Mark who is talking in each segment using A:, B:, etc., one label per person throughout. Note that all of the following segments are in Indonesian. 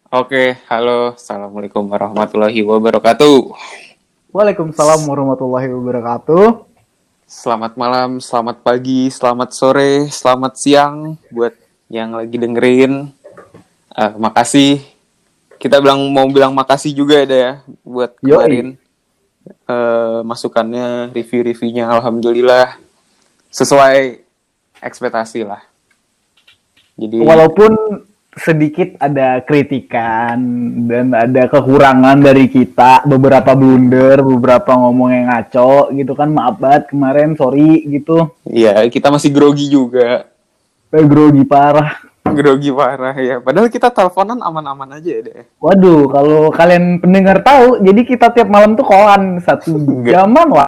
A: Oke, halo, assalamualaikum warahmatullahi wabarakatuh.
B: Waalaikumsalam warahmatullahi wabarakatuh.
A: Selamat malam, selamat pagi, selamat sore, selamat siang buat yang lagi dengerin. Makasih. Kita mau bilang makasih juga ya buat
B: Yoi.
A: kemarin masukannya, review-reviewnya, alhamdulillah sesuai ekspektasi lah. Jadi
B: Walaupun sedikit ada kritikan dan ada kekurangan dari kita, beberapa blunder, beberapa ngomong yang ngaco gitu kan, maaf banget kemarin, sorry gitu.
A: ya kita masih grogi juga.
B: Grogi parah.
A: Grogi parah ya. Padahal kita teleponan aman-aman aja ya deh.
B: Waduh, kalau kalian pendengar tahu, jadi kita tiap malam tuh kolan satu
A: Enggak.
B: jaman lah.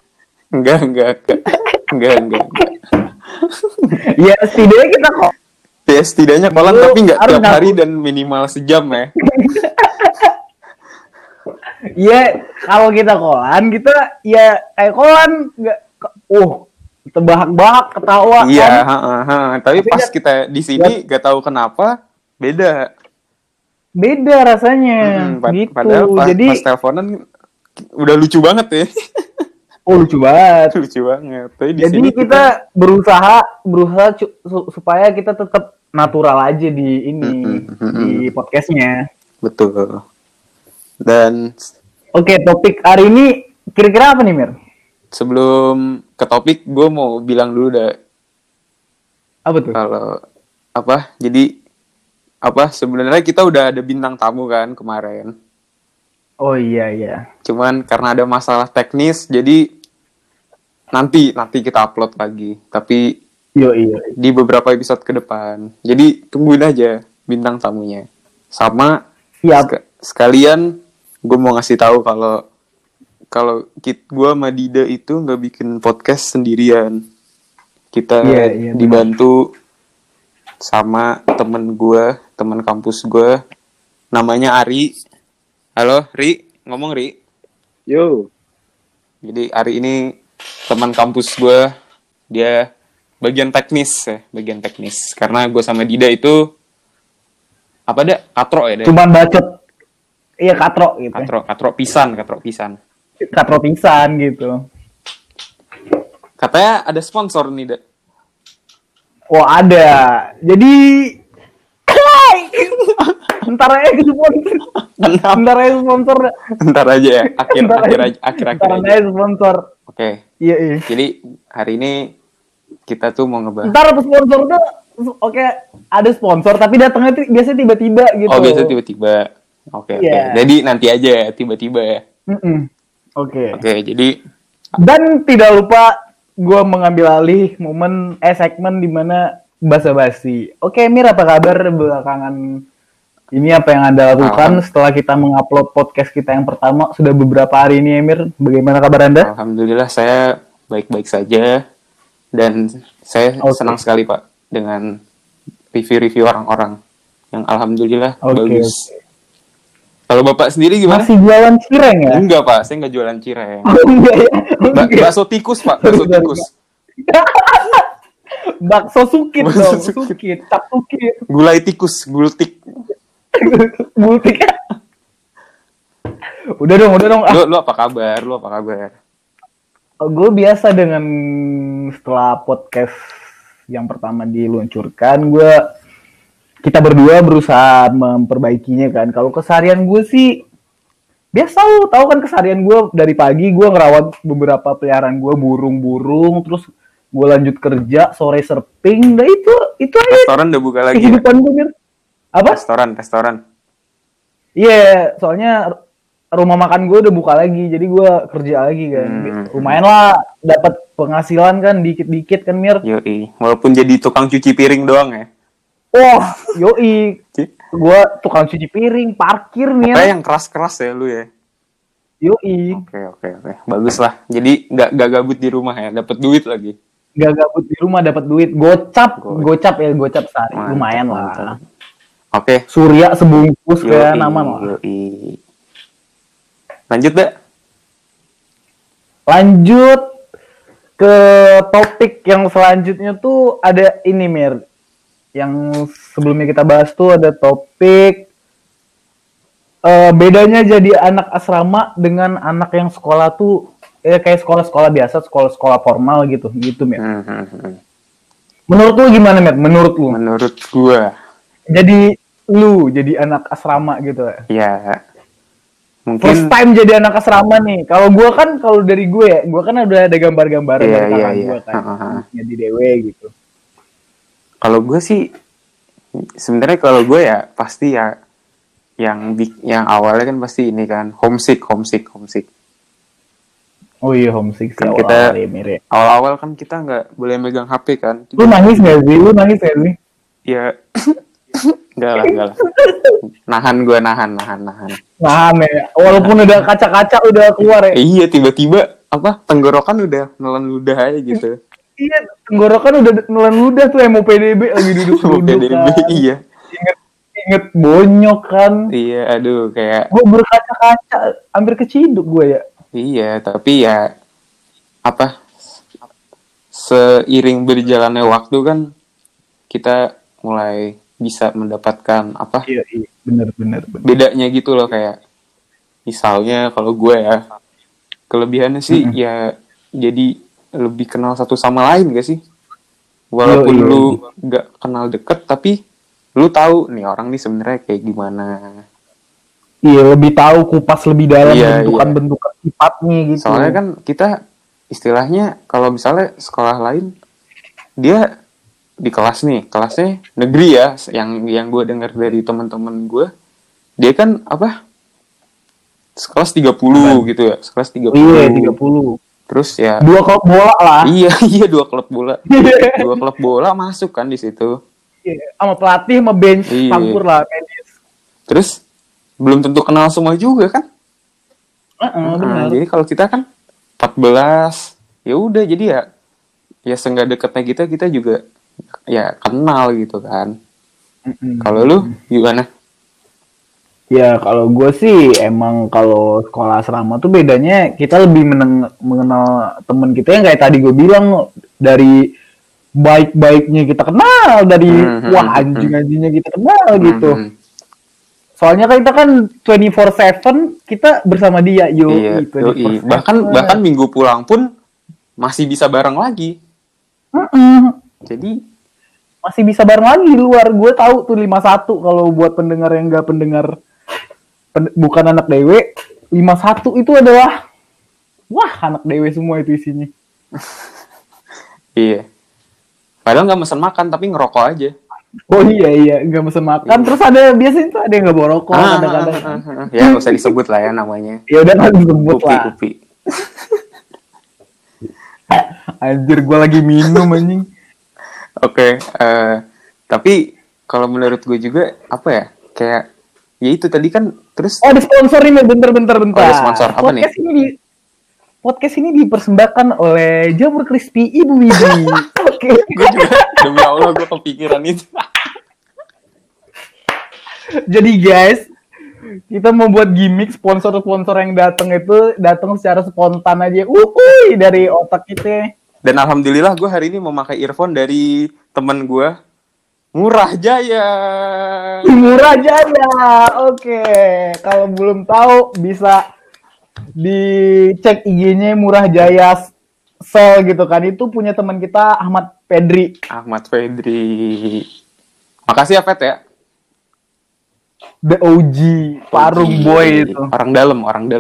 A: Enggak.
B: Ya setidaknya kita kok.
A: Ya setidaknya kolan
B: Lu
A: tapi nggak
B: harus
A: tiap hari
B: ngaku.
A: dan minimal sejam ya.
B: Iya, kalau kita kolan, kita ya kayak kolan nggak, terbahak-bahak ketawa
A: Iya,
B: kan.
A: tapi
B: Tapi
A: pas
B: kan
A: kita di sini gak tahu kenapa beda.
B: beda rasanya gitu.
A: Padahal
B: Jadi
A: pas teleponan udah lucu banget ya.
B: lucu banget.
A: Lucu banget. Tapi di
B: Jadi
A: sini
B: kita berusaha supaya kita tetap natural aja di ini di podcastnya.
A: betul. Dan
B: Oke, topik hari ini kira-kira apa nih, Mir?
A: sebelum ke topik, gue mau bilang dulu dah
B: Apa tuh?
A: kalau apa? Jadi apa? Sebenarnya kita udah ada bintang tamu kan kemarin.
B: Oh iya.
A: Cuman karena ada masalah teknis, jadi nanti kita upload lagi. Tapi
B: Iya.
A: di beberapa episode ke depan. Jadi tungguin aja bintang tamunya. Sama
B: Siap.
A: sekalian gue mau ngasih tahu kalau gue sama Dida itu nggak bikin podcast sendirian. Kita
B: Iya,
A: dibantu sama temen kampus gue, namanya Ari. Halo, Ri, ngomong Ri.
C: Yo,
A: Jadi Ari ini teman kampus gue, dia bagian teknis. Karena gue sama Dida itu apa dah? Katro ya deh.
B: Cuman bacot. Iya, katro gitu.
A: Katro pisan.
B: Katro pisan gitu.
A: Katanya ada sponsor nih, Dak.
B: Oh, ada. Jadi ntar aja sponsor. Ntar aja sponsor.
A: Ntar aja ya, akhir
B: Ntar
A: aja.
B: aja sponsor.
A: Oke.
B: Iya.
A: Jadi hari ini kita tuh mau ngebahas.
B: Ntar sponsor tuh oke, ada sponsor tapi datangnya tuh biasanya tiba-tiba gitu.
A: Oh, biasa tiba-tiba. Oke.
B: Iya.
A: Jadi nanti aja ya, tiba-tiba ya.
B: Oke.
A: Jadi
B: Dan tidak lupa gue mengambil alih segmen dimana basa-basi. Oke, Mir, apa kabar belakangan ini, apa yang Anda lakukan setelah kita mengupload podcast kita yang pertama sudah beberapa hari ini, Emir? Bagaimana kabar Anda?
A: alhamdulillah saya baik-baik saja dan saya senang sekali Pak dengan review-review orang-orang yang alhamdulillah bagus. Kalau Bapak sendiri gimana?
B: Masih jualan cireng ya?
A: Enggak Pak, saya nggak jualan cireng.
B: Oh, enggak ya?
A: Bakso tikus Pak, bakso tikus.
B: Bakso sukit dong, sukit, cap sukit.
A: Gulai tikus, gultik.
B: Multik. Udah dong.
A: Lu apa kabar?
B: Gue biasa dengan setelah podcast yang pertama diluncurkan, kita berdua berusaha memperbaikinya kan. Kalau keseharian gue sih biasa, lu tahu kan keseharian gue dari pagi gue ngerawat beberapa peliharaan gue, burung, terus gue lanjut kerja, sore surfing, nah itu aja.
A: Restoran udah buka lagi.
B: Kehidupan gue, Mir. Apa?
A: Restoran.
B: Iya, soalnya rumah makan gue udah buka lagi, jadi gue kerja lagi kan. Lumayan lah, dapat penghasilan kan, dikit-dikit kan, Mir.
A: Yoi, walaupun jadi tukang cuci piring doang ya.
B: Wah, yoi. Gue tukang cuci piring, parkir, Mir.
A: Kayak yang keras-keras ya lu ya.
B: Yoi.
A: Oke. Bagus lah. Jadi nggak gabut di rumah ya, dapat duit lagi.
B: Gak gabut di rumah, dapat duit. Gocap sehari.
A: Mantap,
B: Lumayan
A: mantap.
B: lah.
A: Oke.
B: Surya sebungkus kayak nama lah.
A: Yoi. Lanjut deh.
B: Lanjut ke topik yang selanjutnya tuh ada ini, Mir. Yang sebelumnya kita bahas tuh ada topik bedanya jadi anak asrama dengan anak yang sekolah tuh kayak sekolah-sekolah biasa, sekolah-sekolah formal gitu Met. Menurut lu gimana, Met? Menurut
A: gua
B: jadi anak asrama gitu
A: ya mungkin
B: first time jadi anak asrama nih. Kalau dari gue ya, gue kan udah ada gambar-gambaran dari kakak gue kan, jadi dewe gitu.
A: Kalau gue sih sebenarnya kalau gue ya pasti ya yang awalnya kan pasti ini kan homesick.
B: Oh iya, homesick
A: kan kita awal-awal kan kita nggak boleh megang HP kan.
B: Lu nangis nggak sih?
A: Ya enggak lah. Nahan ya.
B: Walaupun udah kaca-kaca udah keluar ya.
A: Iya, tiba-tiba tenggorokan udah nelan ludah aja gitu.
B: Iya, tenggorokan udah nelan ludah tuh mau PDB lagi duduk-duduk kan.
A: Iya.
B: Inget bonyok kan.
A: Iya, aduh kayak
B: gue berkaca-kaca hampir keciduk gue ya.
A: Iya, tapi ya seiring berjalannya waktu kan kita mulai bisa mendapatkan
B: Iya, benar.
A: bedanya gitu loh, kayak misalnya kalau gue ya kelebihannya sih ya jadi lebih kenal satu sama lain gak sih, walaupun lu gak kenal deket tapi lu tahu nih orang nih sebenarnya kayak gimana.
B: Iya, lebih tahu kupas lebih dalam bentukan sifatnya gitu.
A: Soalnya kan kita istilahnya kalau misalnya sekolah lain dia di kelasnya negeri ya, yang gue dengar dari teman-teman gue, dia kan sekelas 30 gitu ya, sekelas 30.
B: Iya, 30.
A: Terus ya
B: 2 klub bola lah.
A: Iya 2 klub bola. 2 klub bola masuk kan di situ.
B: Iya, sama pelatih sama bench campur lah medis.
A: Terus belum tentu kenal semua juga kan?
B: Benar.
A: Jadi kalau kita kan 14, ya udah jadi ya seenggak deketnya kita juga ya kenal gitu kan. Kalau lu gimana?
B: Ya kalau gue sih emang kalau sekolah asrama tuh bedanya kita lebih mengenal temen kita yang kayak tadi gue bilang, dari baik-baiknya kita kenal, dari wah anjing-anjingnya kita kenal gitu. Soalnya kan kita kan 24/7 kita bersama dia
A: gitu. Bahkan minggu pulang pun masih bisa bareng lagi. Jadi
B: masih bisa bareng lagi di luar. Gue tahu tuh 51 kalau buat pendengar yang enggak bukan anak dewe, 51 itu adalah anak dewe semua itu isinya.
A: Iya. Padahal nggak mesen makan tapi ngerokok aja.
B: Oh iya nggak mesen makan. Terus biasanya tuh ada yang nggak bawa rokok kadang-kadang.
A: Ya nggak usah disebut lah ya namanya.
B: Ya udah nggak disebut lah.
A: Kupi.
B: Anjir, gue lagi minum anjing.
A: Oke, tapi kalau menurut gue juga kayak ya itu tadi kan terus.
B: Ada sponsor nih, bentar.
A: Ada sponsor apa nih?
B: Podcast ini dipersembahkan oleh Jamur Crispy Ibu Widi. Oke.
A: Gue juga demi Allah gue kepikiran itu.
B: Jadi guys, kita mau buat gimmick sponsor-sponsor yang datang secara spontan aja. Dari otak kita.
A: Dan alhamdulillah gue hari ini memakai earphone dari teman gue, Murah Jaya. Oke. Kalau belum tahu bisa dicek IG-nya Murah Jaya Sel gitu kan. Itu punya teman kita Ahmad Fedri. Makasih ya Fet ya. The OG Parung Boy itu. Orang dalam.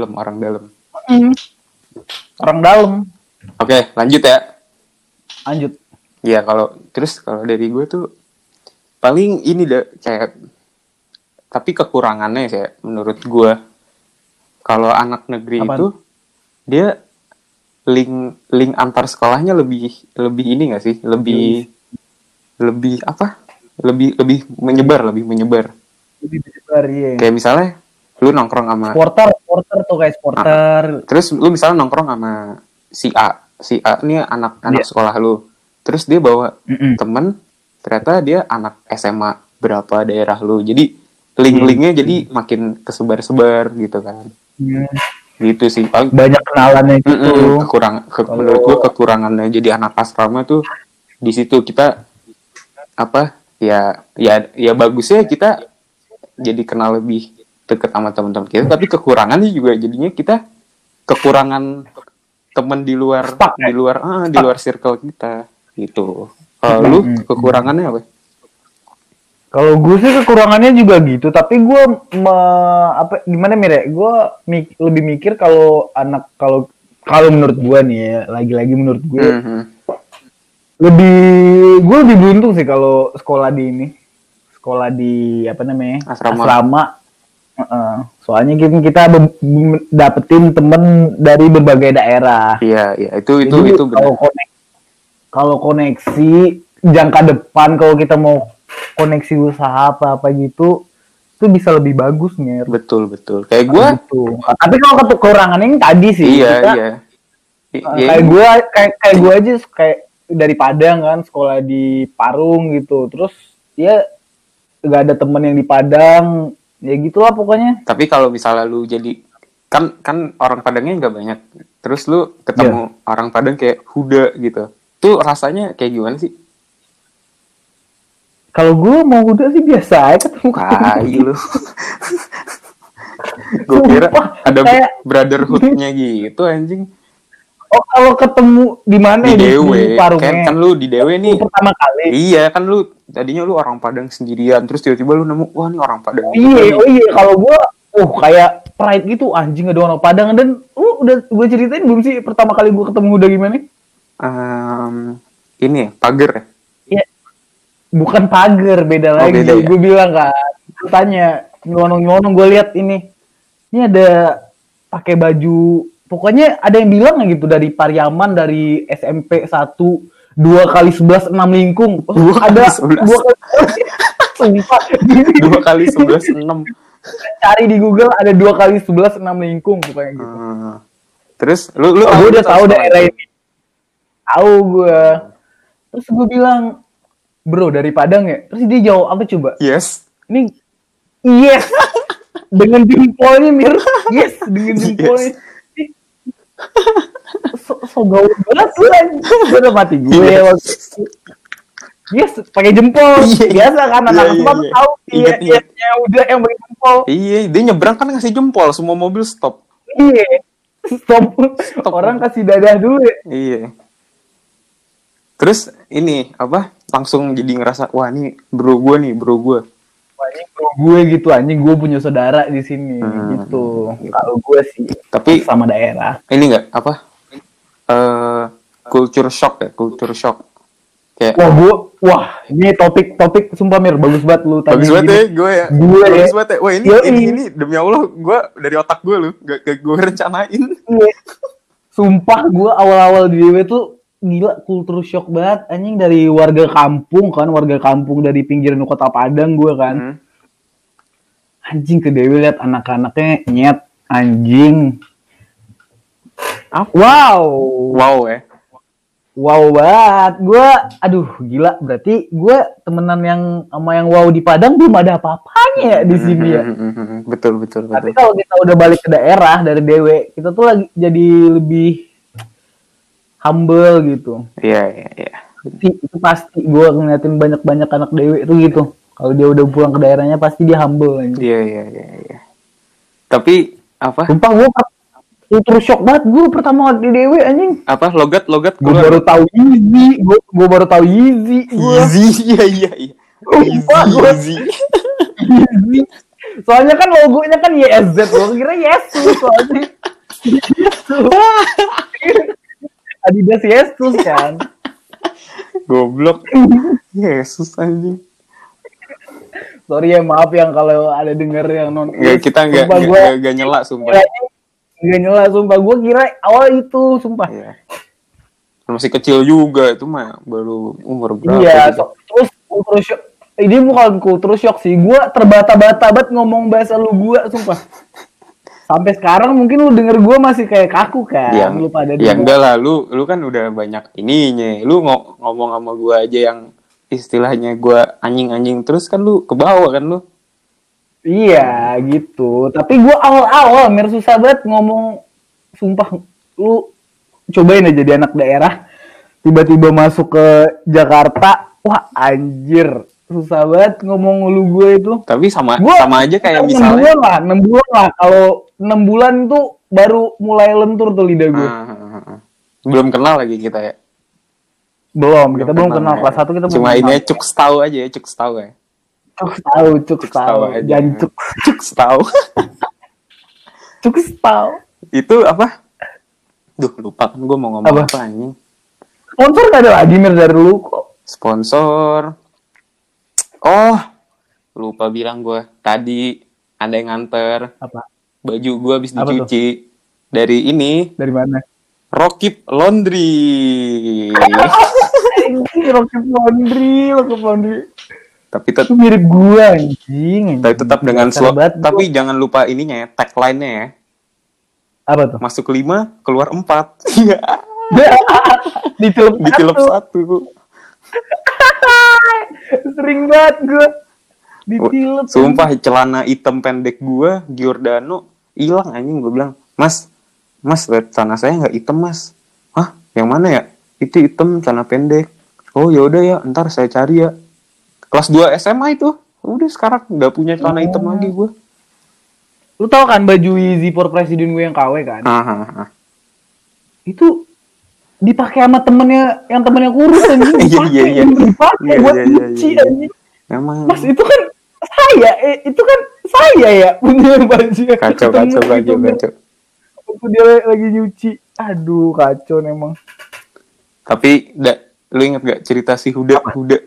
A: Oke, lanjut ya. Ya kalau dari gue tuh paling ini deh kayak, tapi kekurangannya sih menurut gue, kalau anak negeri itu dia link antar sekolahnya lebih ini nggak sih, lebih menyebar. Iya. Kayak misalnya lu nongkrong sama
B: supporter tuh kayak supporter.
A: Terus lu misalnya nongkrong sama si A ini anak sekolah lu. Terus dia bawa temen, ternyata dia anak SMA berapa daerah lu. Jadi link-linknya jadi makin kesebar-sebar gitu kan. Gitu sih.
B: Banyak kenalannya gitu.
A: Menurut gue kekurangannya jadi anak asrama tuh di situ. Kita ya bagusnya kita jadi kenal lebih deket sama teman-teman kita, tapi kekurangannya juga jadinya kita kekurangan teman di luar di luar circle kita gitu. Lu kekurangannya apa?
B: Kalau gue sih kekurangannya juga gitu, tapi gue gimana Mir? Gue lebih mikir kalau menurut gue nih ya, lagi-lagi menurut gue gue lebih beruntung sih kalau sekolah di asrama. Soalnya kita dapetin temen dari berbagai daerah.
A: Iya, itu benar.
B: Kalau koneksi jangka depan, kalau kita mau koneksi usaha apa gitu, itu bisa lebih bagus nih.
A: Betul. Kayak gue.
B: Tapi kalau kekurangannya yang tadi sih.
A: Iya.
B: Kayak gue aja kayak dari Padang kan, sekolah di Parung gitu. Terus ya gak ada temen yang di Padang. Ya gitulah pokoknya.
A: Tapi kalau misalnya lu jadi kan orang Padangnya nggak banyak, terus lu ketemu orang Padang kayak Huda gitu, tuh rasanya kayak gimana sih?
B: Kalau gue mau Huda sih biasa aja ketemu.
A: Lu. Gue kira ada kayak brotherhood-nya gitu anjing.
B: Oh, kalau ketemu di mana
A: di Dewe,
B: di Parungnya?
A: Kan lu di Dewe nih.
B: Pertama kali.
A: Iya, kan lu tadinya lu orang Padang sendirian, terus tiba-tiba lu nemu, wah ini orang Padang.
B: Iya, kalau gua kayak pride gitu, anjing ada orang Padang. Dan udah gue ceritain belum sih pertama kali gua ketemu Huda gimana?
A: Ini ya, pagar ya?
B: Iya. Bukan pagar, beda lagi. Beda, ya? Gue bilang kan, gue tanya, nyonong gue lihat ini ada pakai baju. Pokoknya ada yang bilang gitu dari Pariaman, dari SMP 1, 2x11 6 lingkung. Ada 2
A: kali 11 6.
B: Cari di Google ada 2x11 6 lingkung pokoknya gitu.
A: Terus lu
B: gue udah tahu daerah ini. Tahu gue. Terus gue bilang, "Bro, dari Padang ya?" Terus dia jawab apa coba?
A: Yes.
B: Ini yes. Dengan jempolnya Mir. Yes, dengan jempolnya. So gaul banget sih anjing. Gue udah mati gue Yes, pakai jempol. Biasa kan anak semua tahu dia udah yang pakai jempol.
A: Iya, dia nyebrang kan ngasih jempol, semua mobil stop.
B: Iya. Stop. Orang kasih dadah dulu ya.
A: Iya. Terus ini langsung jadi ngerasa, wah ini bro gue.
B: Wah, ini bro gue gitu, anjing gue punya saudara di sini gitu. Kalau gue sih
A: tapi
B: sama daerah.
A: Ini enggak culture shock. Kayak
B: ini topik sumpah Mir, bagus banget lu tadi.
A: Bagus banget ya gue ya. Bagus banget ya. Wah, ini demi Allah gue dari otak gue loh, gak gue rencanain.
B: Sumpah gue awal-awal di DW tuh gila, culture shock banget anjing, dari warga kampung dari pinggiran kota Padang gue kan. Anjing ke Dewi lihat anak-anaknya nyet anjing. Wow ya. Wow banget. Gue gila, berarti gue temenan yang sama yang wow di Padang belum ada apa-apanya ya di sini ya.
A: Betul.
B: Tapi kalau kita udah balik ke daerah dari Dewi, kita tuh lagi jadi lebih humble gitu.
A: Iya.
B: Itu pasti gue ngeliatin banyak anak Dewi itu gitu. Kalau dia udah pulang ke daerahnya pasti dia humble.
A: Iya. Tapi
B: sumpah gue terus shock banget gue pertama di Dewi anjing.
A: Logat
B: gue baru tahu Yeezy.
A: Iya. Yeezy.
B: Soalnya kan logonya kan YSZ, gue kira Yesus soalnya. Adidas Yesus kan.
A: Goblok. Yesus anjing.
B: Sorry ya, maaf yang kalau ada denger yang non.
A: Kita enggak nyela sumpah.
B: Enggak nyela sumpah, gue kira awal itu sumpah.
A: Iya. Masih kecil juga itu mah, baru umur berapa.
B: Iya, terus culture shock. Ini bukan culture shock sih, gue terbata-bata banget ngomong bahasa lu gue sumpah. Sampai sekarang mungkin lu denger gue masih kayak kaku kan. Lu pada
A: enggak lah, lu kan udah banyak ininya. Lu ngomong sama gue aja yang istilahnya gue anjing-anjing terus kan lu kebawa kan lu.
B: Iya gitu. Tapi gue awal-awal susah banget ngomong. Sumpah, lu cobain aja jadi anak daerah, tiba-tiba masuk ke Jakarta, wah anjir, susah banget ngomong lu gue itu.
A: Tapi sama aja kayak misalnya
B: 6 bulan lah. Kalau 6 bulan tuh baru mulai lentur tuh lidah gue.
A: Belum kenal lagi kita ya.
B: Belum kenal ya. Kelas 1 kita
A: cuma ini cuk tahu aja ya, cuk tahu ya.
B: Cuk tahu. Jangan cuk
A: tahu.
B: Cuk tahu.
A: Itu apa? Duh, lupa kan gue mau ngomong apa anjing.
B: Sponsor gak ada lagi Mir dari lu kok.
A: Sponsor. Oh, lupa bilang gue. Tadi ada yang nganter.
B: Apa?
A: Baju gue habis dicuci. Dari ini.
B: Dari mana?
A: Rockit Laundry.
B: Rockit Laundry.
A: Tapi tetap
B: mirip gue anjing.
A: Tapi tetap dengan tapi jangan lupa ininya ya, tagline-nya ya.
B: Apa tuh?
A: Masuk 5, keluar 4.
B: Ditilep
A: 1.
B: Sering banget gue ditilep.
A: Sumpah celana hitam pendek gue Giordano hilang anjing. Gue bilang, Mas celana saya nggak hitam Mas. Hah, yang mana ya? Itu hitam celana pendek. Oh yaudah ya, ntar saya cari ya. Kelas 2 SMA itu. Udah sekarang udah punya celana hitam lagi gue.
B: Lu tau kan baju Yeezy for President gue yang KW kan? Itu dipakai sama temennya kurus anjing.
A: Iya.
B: Dipakai buat cuci anjing.
A: Emang.
B: Mas itu kan saya ya punya baju.
A: Kacau.
B: Waktu dia lagi nyuci. Aduh kacau emang.
A: Tapi lu inget gak cerita si Huda?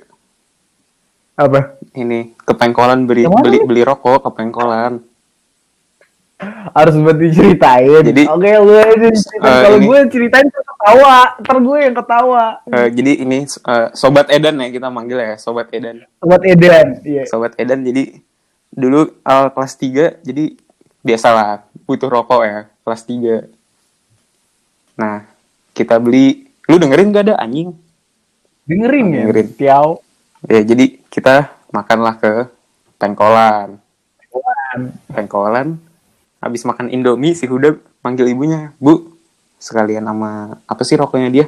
B: Apa?
A: Ini kepengkolan beli rokok kepengkolan.
B: Harus buat diceritain.
A: Jadi,
B: oke, lu aja ceritain. Kalau gue ceritain tuh ketawa, ntar gue yang ketawa.
A: Jadi ini Sobat Edan ya kita manggil ya, Sobat Edan.
B: Iya.
A: Sobat Edan, jadi dulu kelas 3, jadi biasalah butuh rokok ya, kelas 3. Nah, kita beli, lu dengerin gak ada anjing?
B: Dengerin ya? Tiau.
A: Ya, jadi kita makanlah ke Pengkolan. Habis makan Indomie, si Huda manggil ibunya, Bu, sekalian sama apa sih rokoknya dia?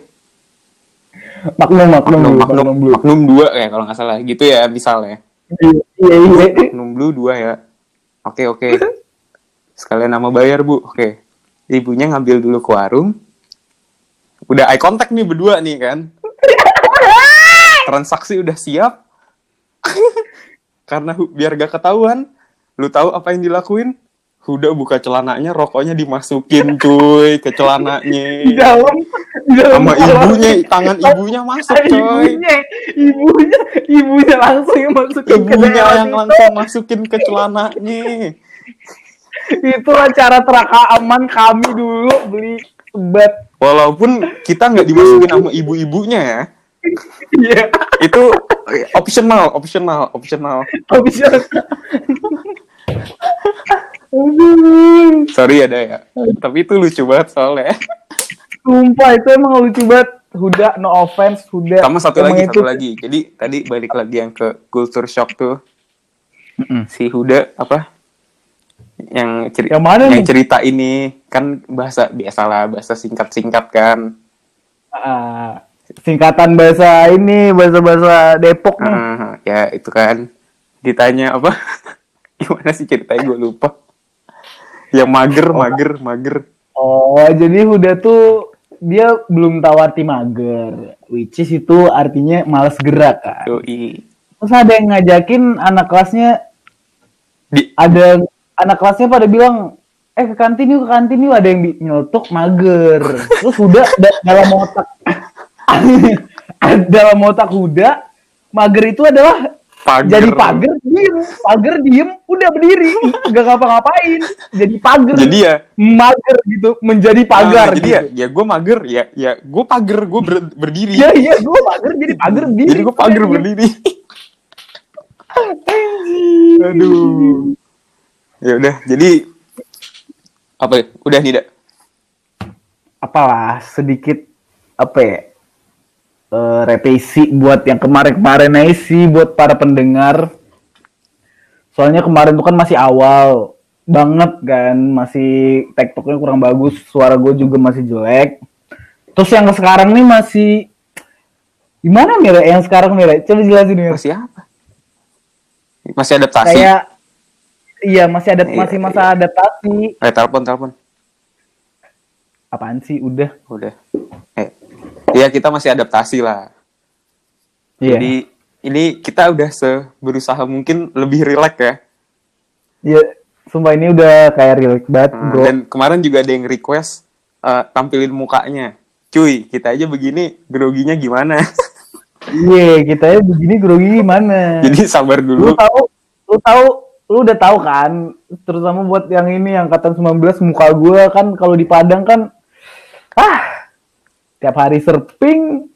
A: Magnum 2 ya kalau nggak salah, gitu ya misalnya.
B: Iya.
A: Magnum Blue 2 ya. Oke. Sekalian sama bayar Bu, oke. Ibunya ngambil dulu ke warung. Udah eye contact nih berdua nih kan. Transaksi udah siap. Karena biar gak ketahuan, lu tahu apa yang dilakuin? Huda buka celananya, rokoknya dimasukin cuy ke celananya.
B: Di dalam
A: sama ibunya, tangan ibunya masuk coy.
B: Ibunya langsung
A: masukin ke celananya.
B: Itulah cara teraman kami dulu beli sebat.
A: Walaupun kita nggak dimasukin sama ibu-ibunya ya.
B: Iya.
A: Itu optional. Sorry ya. Tapi itu lucu banget soalnya.
B: Sumpah itu emang lucu banget. Huda, no offense, Huda.
A: Sama satu lagi. Jadi tadi balik lagi yang ke culture shock tuh. Si Huda apa? Yang cerita ini kan bahasa biasalah, bahasa singkat kan.
B: Singkatan bahasa Depok nih.
A: Ya itu kan. Ditanya apa? Gimana sih ceritanya gue lupa. Yang mager. Oh,
B: jadi Huda tuh dia belum tahu arti mager, which is itu artinya malas gerak kan. Terus ada yang ngajakin anak kelasnya, ada anak kelasnya pada bilang, ke kantin yuk, ada yang nyelotok mager. Terus Huda dalam otak Huda, mager itu adalah jadi pager diem, udah berdiri, gak ngapa-ngapain, jadi pager. Jadi ya mager gitu, menjadi pagar.
A: Jadi ya gue mager, ya gue pager, gue berdiri.
B: Iya, gue mager, jadi pager berdiri.
A: Jadi gue pager berdiri. Aduh. Ya udah, jadi apa? Udah tidak?
B: Apalah sedikit revisi buat yang kemarin aja sih buat para pendengar. Soalnya kemarin tuh kan masih awal banget kan, masih tektoknya kurang bagus, suara gue juga masih jelek. Terus yang sekarang nih masih gimana Mira? Yang sekarang Mira, coba jelasin Mira.
A: Masih apa? Masih adaptasi.
B: Kayak iya masih masa adaptasi.
A: Telepon.
B: Apaan sih? Udah.
A: Iya, kita masih adaptasi lah.
B: Iya.
A: Jadi ini kita udah berusaha mungkin lebih rileks ya.
B: Iya, sumpah ini udah kayak rileks banget, bro.
A: Dan kemarin juga ada yang request tampilin mukanya. Cuy, kita aja begini, groginya gimana?
B: Iya, kita aja begini grogi gimana?
A: Jadi sabar dulu.
B: Lu udah tahu kan, terutama buat yang ini angkatan 19, muka gue kan kalau di Padang kan tiap hari surfing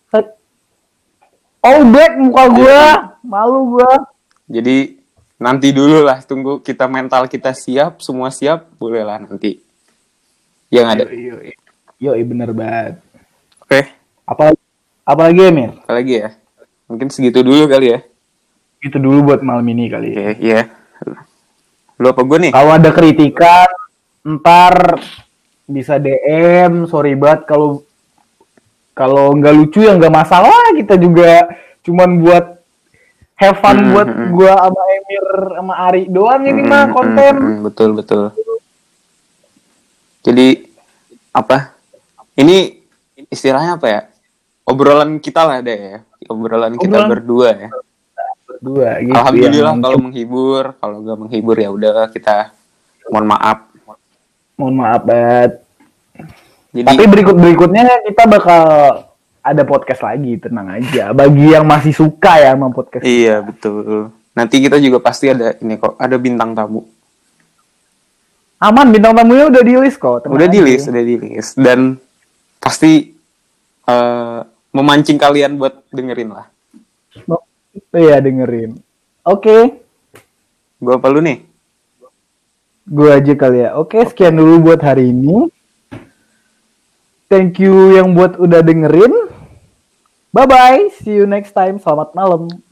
B: all black muka gue, malu gue.
A: Jadi nanti dulu lah, tunggu kita mental kita siap, semua siap, bolehlah nanti. Yang ada.
B: Yo, bener banget.
A: Oke.
B: Apa lagi ya, Mir?
A: Apa lagi ya? Mungkin segitu dulu kali ya.
B: Itu dulu buat malam ini kali ya.
A: Iya. Lu apa gue nih?
B: Kalau ada kritikan, ntar bisa DM. Sorry banget kalau nggak lucu ya nggak masalah. Kita juga cuman buat have fun buat gue sama Emir sama Ari doang ini mah konten.
A: Betul. Jadi apa? Ini istilahnya apa ya? Obrolan kita lah deh ya. Obrolan kita berdua ya.
B: Berdua gitu.
A: Alhamdulillah ya, kalau menghibur, kalau nggak menghibur ya udah kita mohon maaf.
B: Mohon maaf banget.
A: Jadi,
B: tapi berikutnya kita bakal ada podcast lagi, tenang aja. Bagi yang masih suka ya sama podcast.
A: Iya, betul. Nanti kita juga pasti ada ini kok, ada bintang tamu.
B: Aman, bintang tamunya udah di list kok.
A: Udah di list. Dan pasti memancing kalian buat dengerin lah.
B: Iya, dengerin. Oke.
A: Gua apa lu nih?
B: Gue aja kali ya. Oke, sekian dulu buat hari ini. Thank you yang buat udah dengerin. Bye-bye. See you next time. Selamat malam.